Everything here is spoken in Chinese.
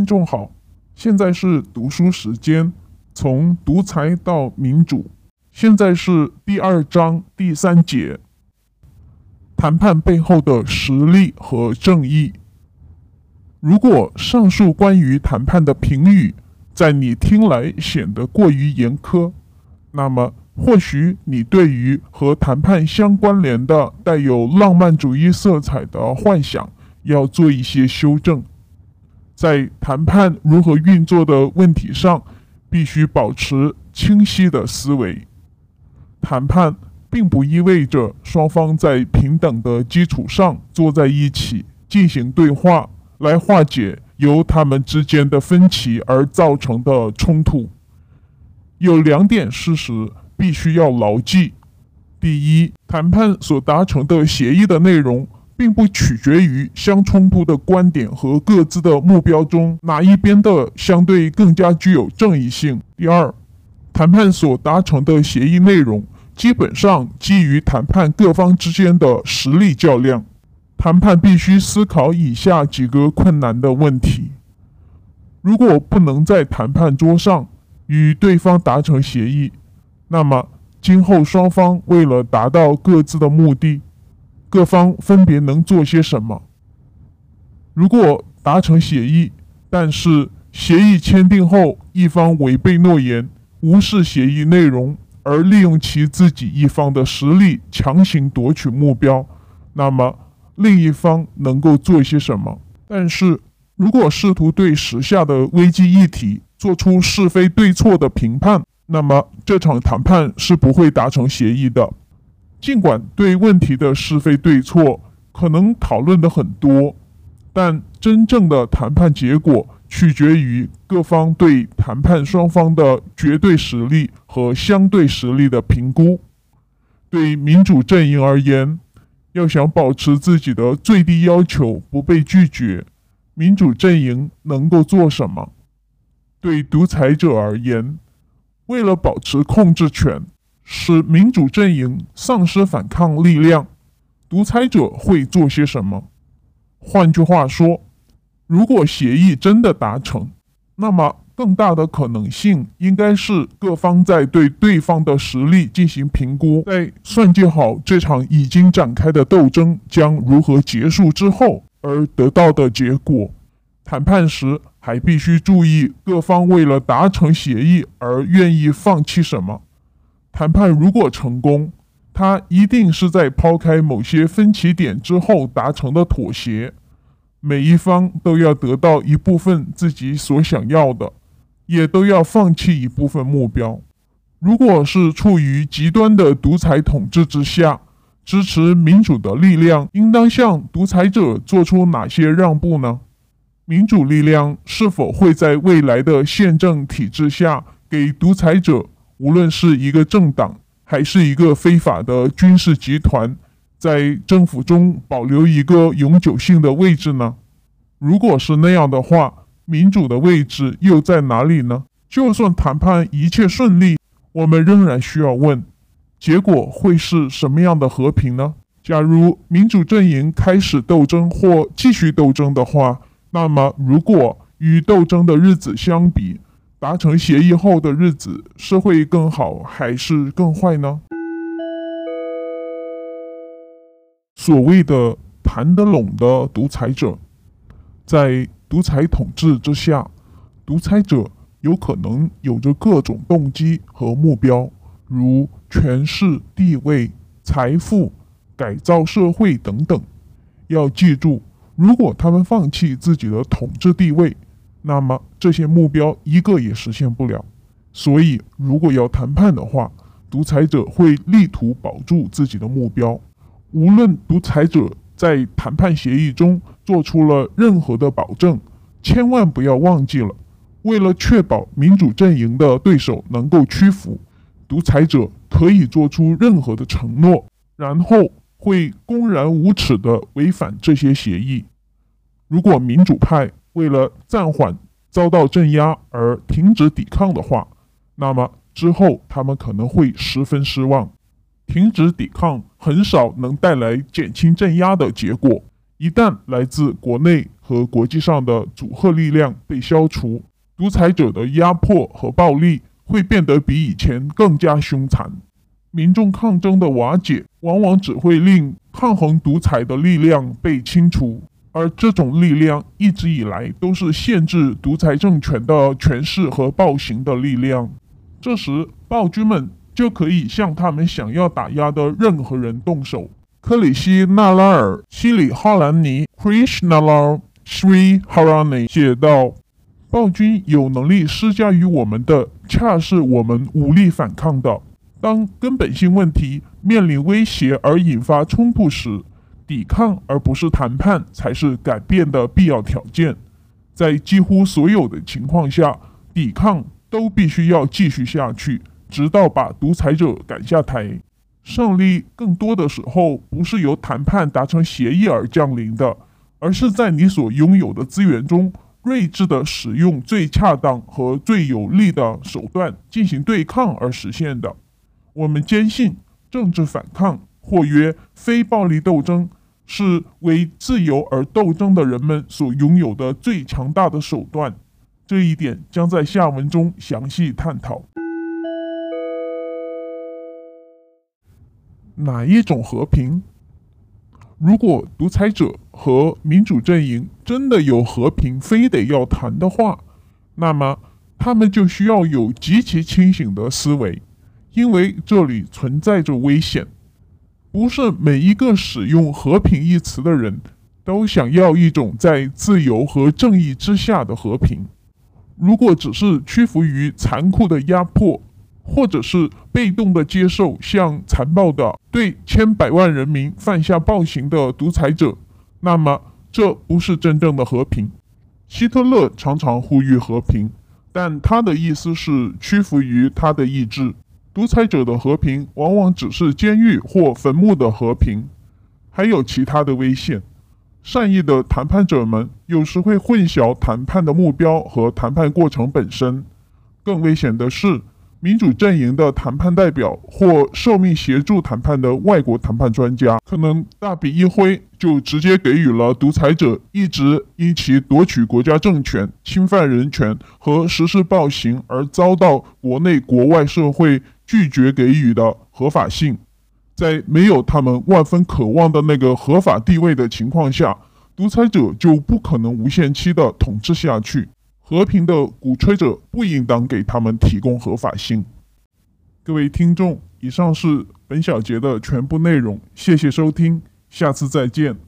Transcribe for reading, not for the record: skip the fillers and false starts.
听众好，现在是读书时间，从独裁到民主。现在是第2章第3节，谈判背后的实力和正义。如果上述关于谈判的评语在你听来显得过于严苛，那么或许你对于和谈判相关联的带有浪漫主义色彩的幻想要做一些修正。在谈判如何运作的问题上，必须保持清晰的思维。谈判并不意味着双方在平等的基础上坐在一起进行对话，来化解由他们之间的分歧而造成的冲突。有2点事实必须要牢记。第一，谈判所达成的协议的内容并不取决于相冲突的观点和各自的目标中哪一边的相对更加具有正义性。第二，谈判所达成的协议内容基本上基于谈判各方之间的实力较量。谈判必须思考以下几个困难的问题：如果不能在谈判桌上与对方达成协议，那么今后双方为了达到各自的目的，各方分别能做些什么？如果达成协议，但是协议签订后一方违背诺言，无视协议内容，而利用其自己一方的实力强行夺取目标，那么另一方能够做些什么？但是如果试图对时下的危机议题做出是非对错的评判，那么这场谈判是不会达成协议的。尽管对问题的是非对错可能讨论的很多，但真正的谈判结果取决于各方对谈判双方的绝对实力和相对实力的评估。对民主阵营而言，要想保持自己的最低要求不被拒绝，民主阵营能够做什么？对独裁者而言，为了保持控制权，使民主阵营丧失反抗力量，独裁者会做些什么？换句话说，如果协议真的达成，那么更大的可能性应该是各方在对对方的实力进行评估，在算计好这场已经展开的斗争将如何结束之后而得到的结果。谈判时还必须注意各方为了达成协议而愿意放弃什么。谈判如果成功，它一定是在抛开某些分歧点之后达成的妥协。每一方都要得到一部分自己所想要的，也都要放弃一部分目标。如果是处于极端的独裁统治之下，支持民主的力量应当向独裁者做出哪些让步呢？民主力量是否会在未来的宪政体制下给独裁者，无论是一个政党还是一个非法的军事集团，在政府中保留一个永久性的位置呢？如果是那样的话，民主的位置又在哪里呢？就算谈判一切顺利，我们仍然需要问，结果会是什么样的和平呢？假如民主阵营开始斗争或继续斗争的话，那么如果与斗争的日子相比，达成协议后的日子是会更好还是更坏呢？所谓的谈得拢的独裁者，在独裁统治之下，独裁者有可能有着各种动机和目标，如权势、地位、财富、改造社会等等。要记住，如果他们放弃自己的统治地位，那么这些目标一个也实现不了。所以，如果要谈判的话，独裁者会力图保住自己的目标。无论独裁者在谈判协议中做出了任何的保证，千万不要忘记了，为了确保民主阵营的对手能够屈服，独裁者可以做出任何的承诺，然后会公然无耻地违反这些协议。如果民主派为了暂缓遭到镇压而停止抵抗的话，那么之后他们可能会十分失望。停止抵抗很少能带来减轻镇压的结果， 一旦来自国内和国际上的阻吓力量被消除，独裁者的压迫和暴力会变得比以前更加凶残。民众抗争的瓦解，往往只会令抗衡独裁的力量被清除，而这种力量一直以来都是限制独裁政权的权势和暴行的力量。这时，暴君们就可以向他们想要打压的任何人动手。克里希纳拉尔·希里哈兰尼 （Krishnalal Sri Harani） 写道：“暴君有能力施加于我们的，恰是我们无力反抗的。当根本性问题面临威胁而引发冲突时，抵抗而不是谈判才是改变的必要条件。在几乎所有的情况下，抵抗都必须要继续下去，直到把独裁者赶下台。胜利更多的时候不是由谈判达成协议而降临的，而是在你所拥有的资源中睿智地使用最恰当和最有力的手段进行对抗而实现的。我们坚信，政治反抗，或曰非暴力斗争，是为自由而斗争的人们所拥有的最强大的手段。这一点将在下文中详细探讨。哪一种和平？如果独裁者和民主阵营真的有和平非得要谈的话，那么他们就需要有极其清醒的思维，因为这里存在着危险。不是每一个使用和平一词的人都想要一种在自由和正义之下的和平。如果只是屈服于残酷的压迫，或者是被动的接受像残暴的对千百万人民犯下暴行的独裁者，那么这不是真正的和平。希特勒常常呼吁和平，但他的意思是屈服于他的意志。独裁者的和平往往只是监狱或坟墓的和平，还有其他的危险。善意的谈判者们有时会混淆谈判的目标和谈判过程本身。更危险的是，民主阵营的谈判代表或受命协助谈判的外国谈判专家，可能大笔一挥就直接给予了独裁者一直因其夺取国家政权、侵犯人权和实施暴行而遭到国内国外社会拒绝给予的合法性。在没有他们万分渴望的那个合法地位的情况下，独裁者就不可能无限期的统治下去。和平的鼓吹者不应当给他们提供合法性。各位听众，以上是本小节的全部内容，谢谢收听，下次再见。